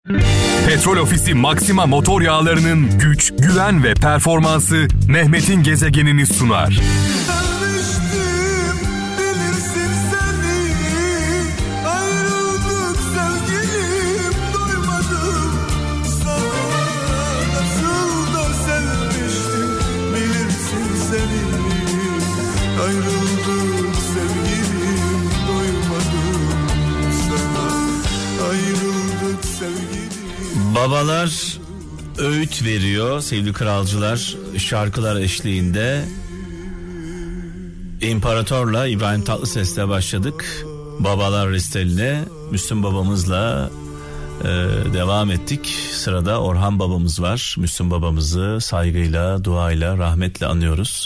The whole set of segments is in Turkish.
Petrol Ofisi Maxima motor yağlarının güç, güven ve performansı Mehmet'in gezegenini sunar. Babalar öğüt veriyor sevgili kralcılar, şarkılar eşliğinde. İmparator'la İbrahim Tatlıses'le başladık. Babalar Resteli'ne Müslüm babamızla devam ettik. Sırada Orhan babamız var. Müslüm babamızı saygıyla, duayla, rahmetle anıyoruz.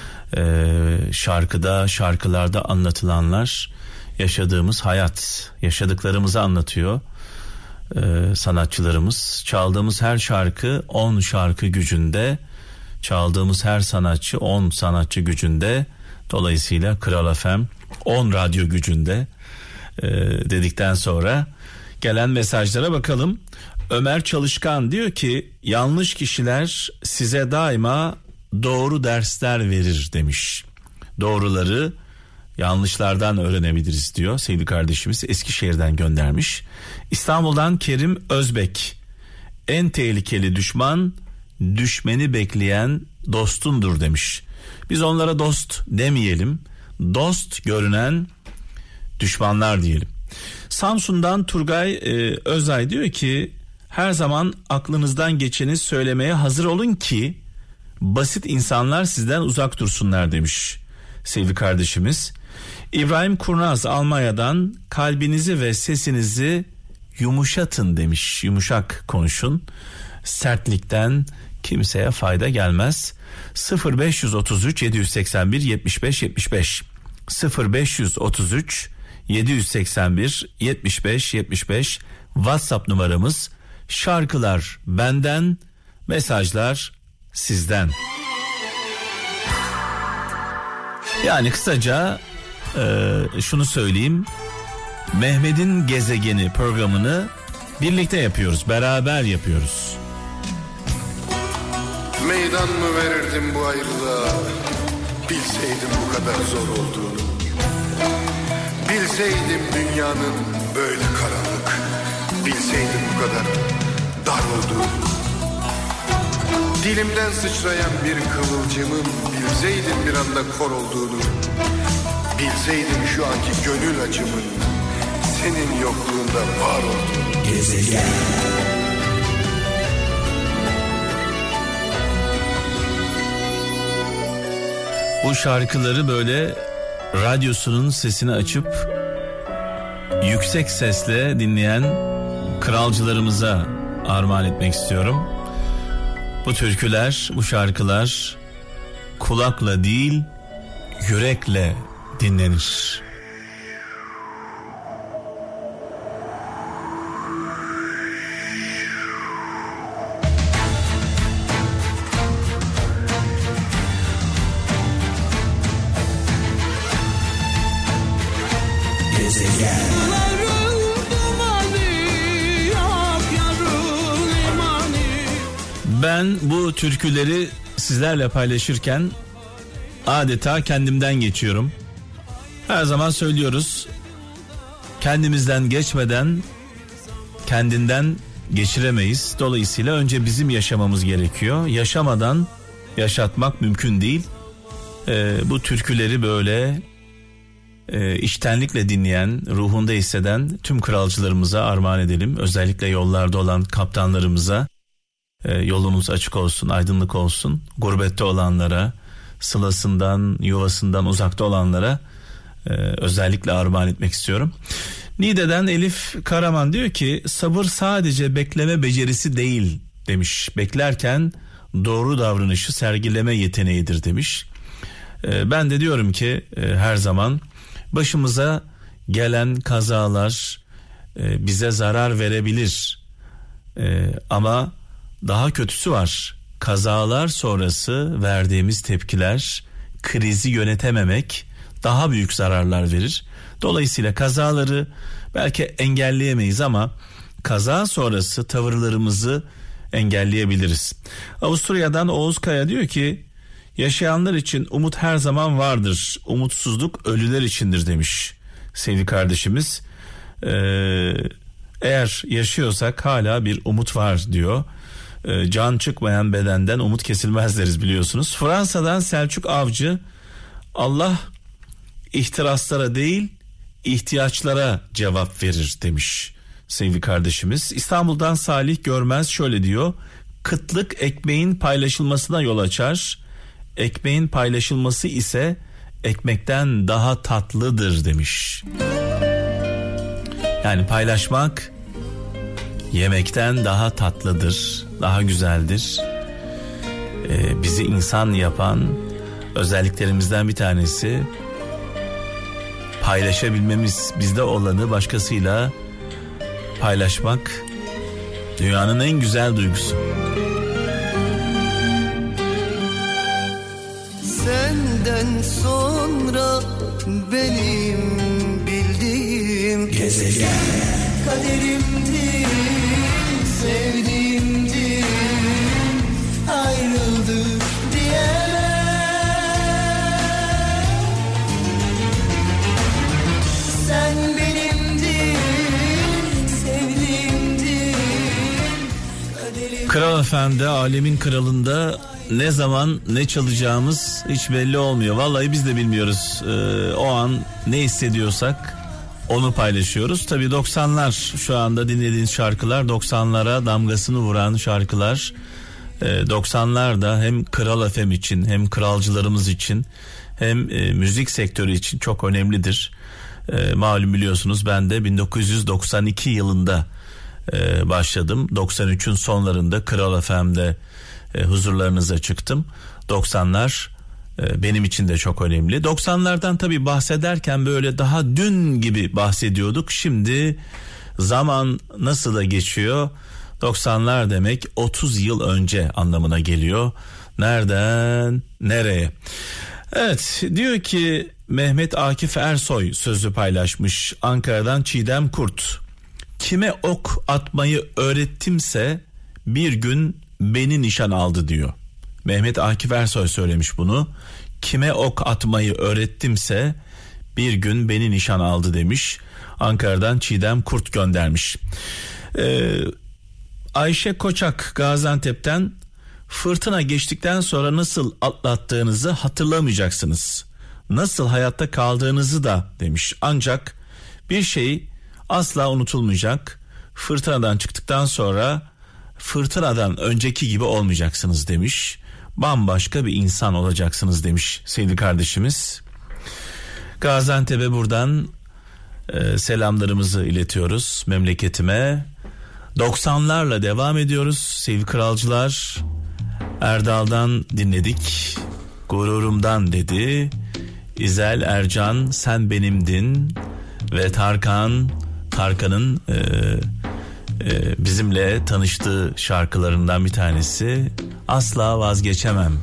Şarkılarda anlatılanlar yaşadığımız hayat, yaşadıklarımızı anlatıyor. Sanatçılarımız. Çaldığımız her şarkı 10 şarkı gücünde, çaldığımız her sanatçı 10 sanatçı gücünde, dolayısıyla Kral FM 10 radyo gücünde dedikten sonra gelen mesajlara bakalım. Ömer Çalışkan diyor ki yanlış kişiler size daima doğru dersler verir demiş. Doğruları yanlışlardan öğrenebiliriz diyor sevgili kardeşimiz, Eskişehir'den göndermiş. İstanbul'dan Kerim Özbek, en tehlikeli düşman düşmeni bekleyen dostundur demiş. Biz onlara dost demeyelim, dost görünen düşmanlar diyelim. Samsun'dan Turgay Özay diyor ki her zaman aklınızdan geçeni söylemeye hazır olun ki basit insanlar sizden uzak dursunlar demiş sevgili kardeşimiz. İbrahim Kurnaz Almanya'dan kalbinizi ve sesinizi yumuşatın demiş. Yumuşak konuşun. Sertlikten kimseye fayda gelmez. 0533 781 75 75 0533 781 75 75 WhatsApp numaramız. Şarkılar benden, mesajlar sizden. Yani kısaca şunu söyleyeyim, Mehmet'in gezegeni programını birlikte yapıyoruz, beraber yapıyoruz. Meydan mı verirdim bu ayrılığa, bilseydim bu kadar zor olduğunu, bilseydim dünyanın böyle karanlık, bilseydim bu kadar dar olduğunu, dilimden sıçrayan bir kıvılcımın bilseydim bir anda kor olduğunu, bilseydim şu anki gönül acımın senin yokluğunda var olduğunu. Gezegen. Bu şarkıları böyle radyosunun sesini açıp yüksek sesle dinleyen kralcılarımıza armağan etmek istiyorum. Bu türküler, bu şarkılar kulakla değil, yürekle dinlenir. Ben bu türküleri sizlerle paylaşırken adeta kendimden geçiyorum. Her zaman söylüyoruz, kendimizden geçmeden kendinden geçiremeyiz. Dolayısıyla önce bizim yaşamamız gerekiyor. Yaşamadan yaşatmak mümkün değil. Bu türküleri böyle içtenlikle dinleyen, ruhunda hisseden tüm kralcılarımıza armağan edelim. Özellikle yollarda olan kaptanlarımıza yolunuz açık olsun, aydınlık olsun. Gurbette olanlara, sılasından, yuvasından uzakta olanlara özellikle armağan etmek istiyorum. Niğde'den Elif Karaman diyor ki sabır sadece bekleme becerisi değil demiş. Beklerken doğru davranışı sergileme yeteneğidir demiş. Ben de diyorum ki her zaman başımıza gelen kazalar bize zarar verebilir. Ama daha kötüsü var. Kazalar sonrası verdiğimiz tepkiler, krizi yönetememek daha büyük zararlar verir. Dolayısıyla kazaları belki engelleyemeyiz ama kaza sonrası tavırlarımızı engelleyebiliriz. Avusturya'dan Oğuz Kaya diyor ki yaşayanlar için umut her zaman vardır. Umutsuzluk ölüler içindir demiş sevgili kardeşimiz. Eğer yaşıyorsak hala bir umut var diyor. Can çıkmayan bedenden umut kesilmez deriz biliyorsunuz. Fransa'dan Selçuk Avcı, Allah ihtiraslara değil ihtiyaçlara cevap verir demiş sevgili kardeşimiz. İstanbul'dan Salih Görmez şöyle diyor: kıtlık ekmeğin paylaşılmasına yol açar, ekmeğin paylaşılması ise ekmekten daha tatlıdır demiş. Yani paylaşmak yemekten daha tatlıdır, daha güzeldir. Bizi insan yapan özelliklerimizden bir tanesi paylaşabilmemiz, bizde olanı başkasıyla paylaşmak dünyanın en güzel duygusu. Senden sonra benim bildiğim gezegen kaderimdi, sevdiğimdi, ayrıldık diyemem. Sen benimdin, sevdiğimdin, kaderimdi. Kral Efendi alemin kralında ne zaman ne çalacağımız hiç belli olmuyor. Vallahi biz de bilmiyoruz. O an ne hissediyorsak onu paylaşıyoruz. Tabii 90'lar şu anda dinlediğiniz şarkılar 90'lara damgasını vuran şarkılar. 90'lar hem Kral FM için hem kralcılarımız için hem müzik sektörü için çok önemlidir. Malum biliyorsunuz ben de 1992 yılında başladım. 93'ün sonlarında Kral FM'de huzurlarınıza çıktım. 90'lar benim için de çok önemli. 90'lardan tabii bahsederken böyle daha dün gibi bahsediyorduk. Şimdi zaman nasıl da geçiyor. 90'lar demek 30 yıl önce anlamına geliyor. Nereden nereye? Evet, diyor ki Mehmet Akif Ersoy sözü paylaşmış. Ankara'dan Çiğdem Kurt. Kime ok atmayı öğrettimse bir gün beni nişan aldı diyor. Mehmet Akif Ersoy söylemiş bunu. Kime ok atmayı öğrettimse bir gün beni nişan aldı demiş. Ankara'dan Çiğdem Kurt göndermiş. Ayşe Koçak Gaziantep'ten, fırtına geçtikten sonra nasıl atlattığınızı hatırlamayacaksınız. Nasıl hayatta kaldığınızı da demiş. Ancak bir şey asla unutulmayacak. Fırtınadan çıktıktan sonra fırtınadan önceki gibi olmayacaksınız demiş. Bambaşka bir insan olacaksınız demiş sevgili kardeşimiz. Gaziantep'e buradan selamlarımızı iletiyoruz memleketime. 90'larla devam ediyoruz sevgili kralcılar. Erdal'dan dinledik. Gururumdan dedi. İzel Ercan sen benimdin ve Tarkan'ın bizimle tanıştığı şarkılarından bir tanesi Asla Vazgeçemem.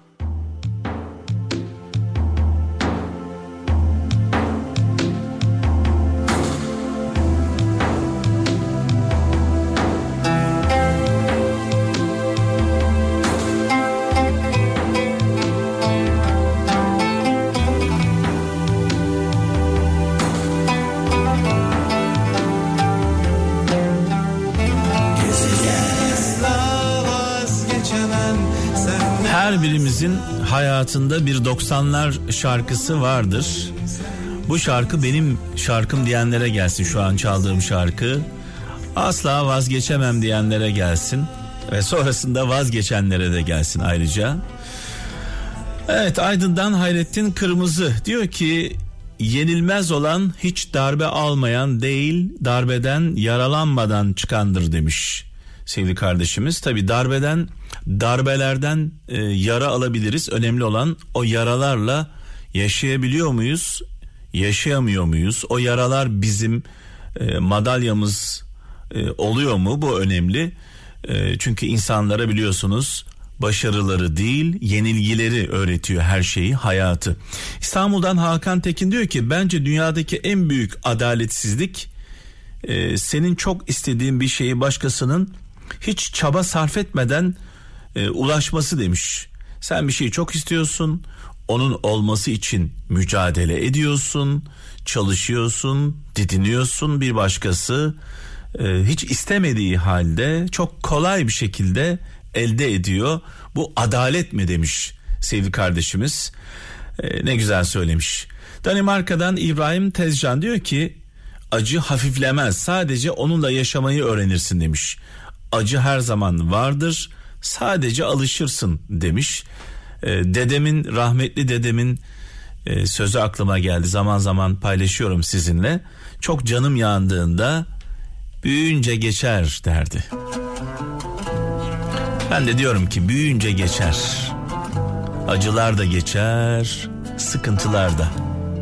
Her birimizin hayatında bir 90'lar şarkısı vardır. Bu şarkı benim şarkım diyenlere gelsin, şu an çaldığım şarkı. Asla vazgeçemem diyenlere gelsin ve sonrasında vazgeçenlere de gelsin ayrıca. Evet, Aydın'dan Hayrettin Kırmızı diyor ki yenilmez olan hiç darbe almayan değil, darbeden yaralanmadan çıkandır demiş sevgili kardeşimiz. Tabii darbelerden yara alabiliriz. Önemli olan o yaralarla yaşayabiliyor muyuz, yaşayamıyor muyuz? O yaralar bizim madalyamız oluyor mu? Bu önemli. Çünkü insanlara biliyorsunuz başarıları değil yenilgileri öğretiyor her şeyi, hayatı. İstanbul'dan Hakan Tekin diyor ki bence dünyadaki en büyük adaletsizlik senin çok istediğin bir şeyi başkasının hiç çaba sarf etmeden ulaşması demiş. Sen bir şeyi çok istiyorsun, onun olması için mücadele ediyorsun, çalışıyorsun, didiniyorsun. Bir başkası hiç istemediği halde çok kolay bir şekilde elde ediyor. Bu adalet mi demiş sevgili kardeşimiz. Ne güzel söylemiş. Danimarka'dan İbrahim Tezcan diyor ki acı hafiflemez, sadece onunla yaşamayı öğrenirsin demiş. Acı her zaman vardır, sadece alışırsın demiş. Rahmetli dedemin sözü aklıma geldi, zaman zaman paylaşıyorum sizinle. Çok canım yandığında büyüyünce geçer derdi. Ben de diyorum ki büyüyünce geçer. Acılar da geçer, sıkıntılar da.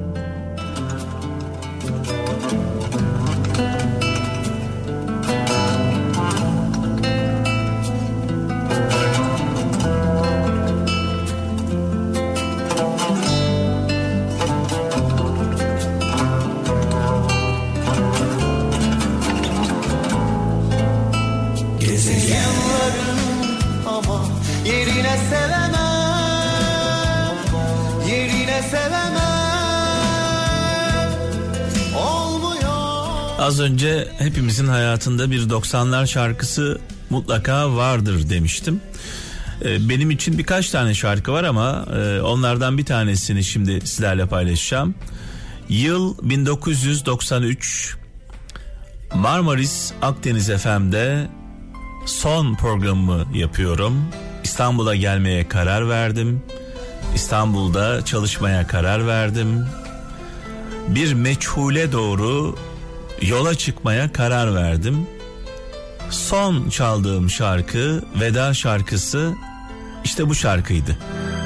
Az önce hepimizin hayatında bir 90'lar şarkısı mutlaka vardır demiştim. Benim için birkaç tane şarkı var ama onlardan bir tanesini şimdi sizlerle paylaşacağım. Yıl 1993, Marmaris Akdeniz FM'de son programımı yapıyorum. İstanbul'a gelmeye karar verdim. İstanbul'da çalışmaya karar verdim. Bir meçhule doğru yola çıkmaya karar verdim. Son çaldığım şarkı, veda şarkısı işte bu şarkıydı.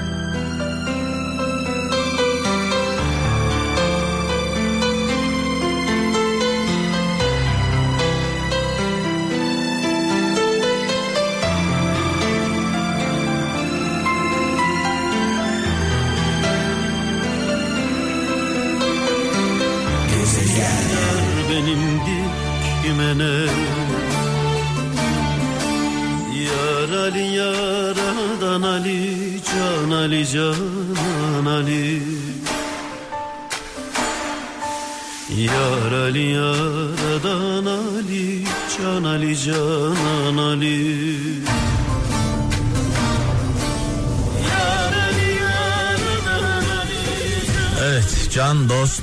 Canan Ali, Yar Ali yaradan Ali, Can Ali Canan Ali. Yar Ali yaradan Ali. Evet, can dost,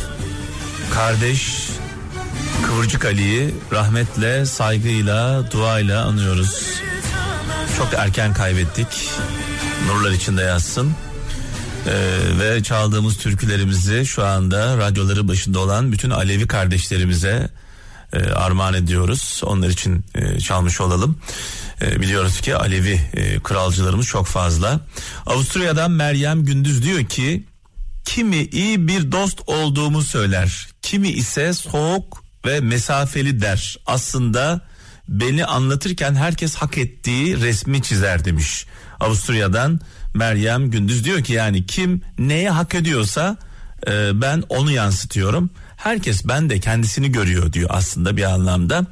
kardeş Kıvırcık Ali'yi rahmetle, saygıyla, duayla anıyoruz. Çok erken kaybettik. Nurlar içinde yatsın. Ve çaldığımız türkülerimizi şu anda radyoları başında olan bütün Alevi kardeşlerimize armağan ediyoruz. Onlar için çalmış olalım. Biliyoruz ki Alevi kralcılarımız çok fazla. Avusturya'dan Meryem Gündüz diyor ki, kimi iyi bir dost olduğumu söyler, kimi ise soğuk ve mesafeli der. Aslında beni anlatırken herkes hak ettiği resmi çizer demiş. Avusturya'dan Meryem Gündüz diyor ki yani kim neye hak ediyorsa ben onu yansıtıyorum. Herkes bende kendisini görüyor diyor aslında bir anlamda.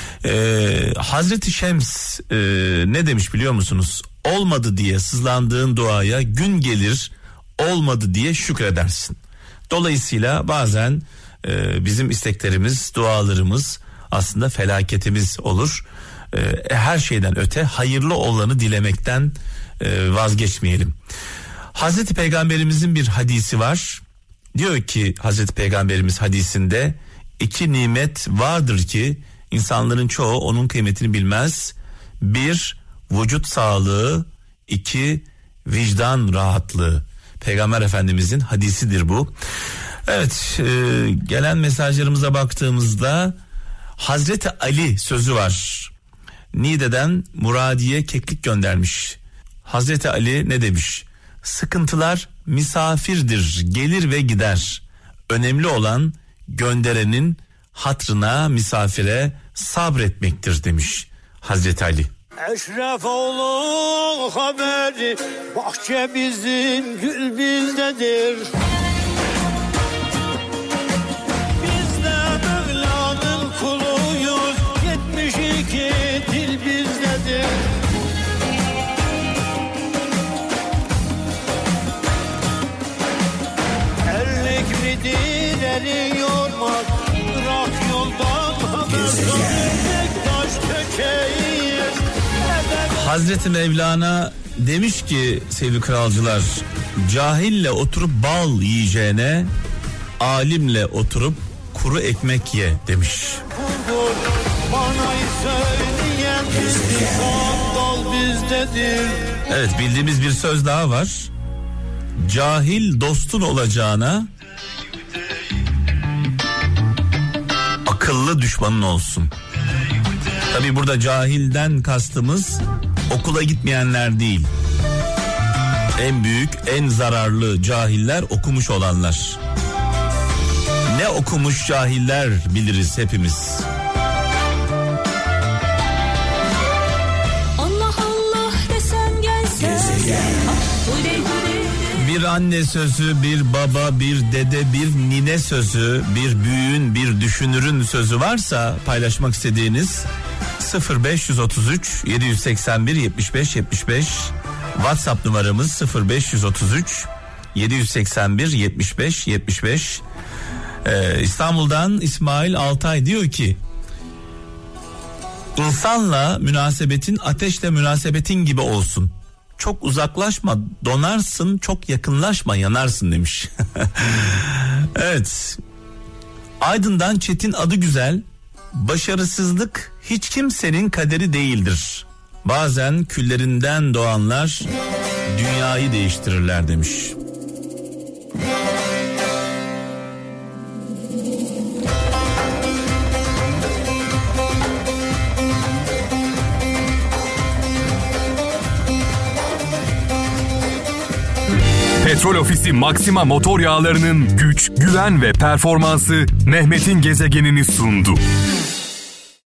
Hazreti Şems ne demiş biliyor musunuz? Olmadı diye sızlandığın duaya gün gelir olmadı diye şükredersin. Dolayısıyla bazen bizim isteklerimiz, dualarımız aslında felaketimiz olur. Her şeyden öte hayırlı olanı dilemekten vazgeçmeyelim. Hazreti Peygamberimizin bir hadisi var. Diyor ki Hazreti Peygamberimiz hadisinde, iki nimet vardır ki insanların çoğu onun kıymetini bilmez. Bir, vücut sağlığı. İki, vicdan rahatlığı. Peygamber Efendimizin hadisidir bu. Evet, gelen mesajlarımıza baktığımızda Hazreti Ali sözü var. Niğde'den Muradiye Keklik göndermiş. Hazreti Ali ne demiş? Sıkıntılar misafirdir, gelir ve gider. Önemli olan gönderenin hatrına, misafire sabretmektir demiş Hazreti Ali. Eşrefoğlu haberi, bahçe bizim, gül bizdedir. Biz de Mevla'nın kulu. bizdedir. Erlik midir eri yormak, bırak yoldan tek taş tökeyiz. Hazreti Mevlana demiş ki sevgili kralcılar, cahille oturup bal yiyeceğine alimle oturup kuru ekmek ye demiş. Bana söyleyen dal bizdedir. Evet, bildiğimiz bir söz daha var. Cahil dostun olacağına akıllı düşmanın olsun. Tabii burada cahilden kastımız okula gitmeyenler değil. En büyük, en zararlı cahiller okumuş olanlar. Ne okumuş cahiller biliriz hepimiz. Allah Allah desen gelse. Bir anne sözü, bir baba, bir dede, bir nine sözü, bir büyüğün, bir düşünürün sözü varsa paylaşmak istediğiniz 0533 781 75 75 WhatsApp numaramız 0533 781 75 75. İstanbul'dan İsmail Altay diyor ki, insanla münasebetin ateşle münasebetin gibi olsun. Çok uzaklaşma, donarsın, çok yakınlaşma, yanarsın demiş. Evet. Aydın'dan Çetin adı güzel. Başarısızlık hiç kimsenin kaderi değildir. Bazen küllerinden doğanlar dünyayı değiştirirler demiş. Petrol Ofisi Maxima motor yağlarının güç, güven ve performansı Mehmet'in gezegenini sundu.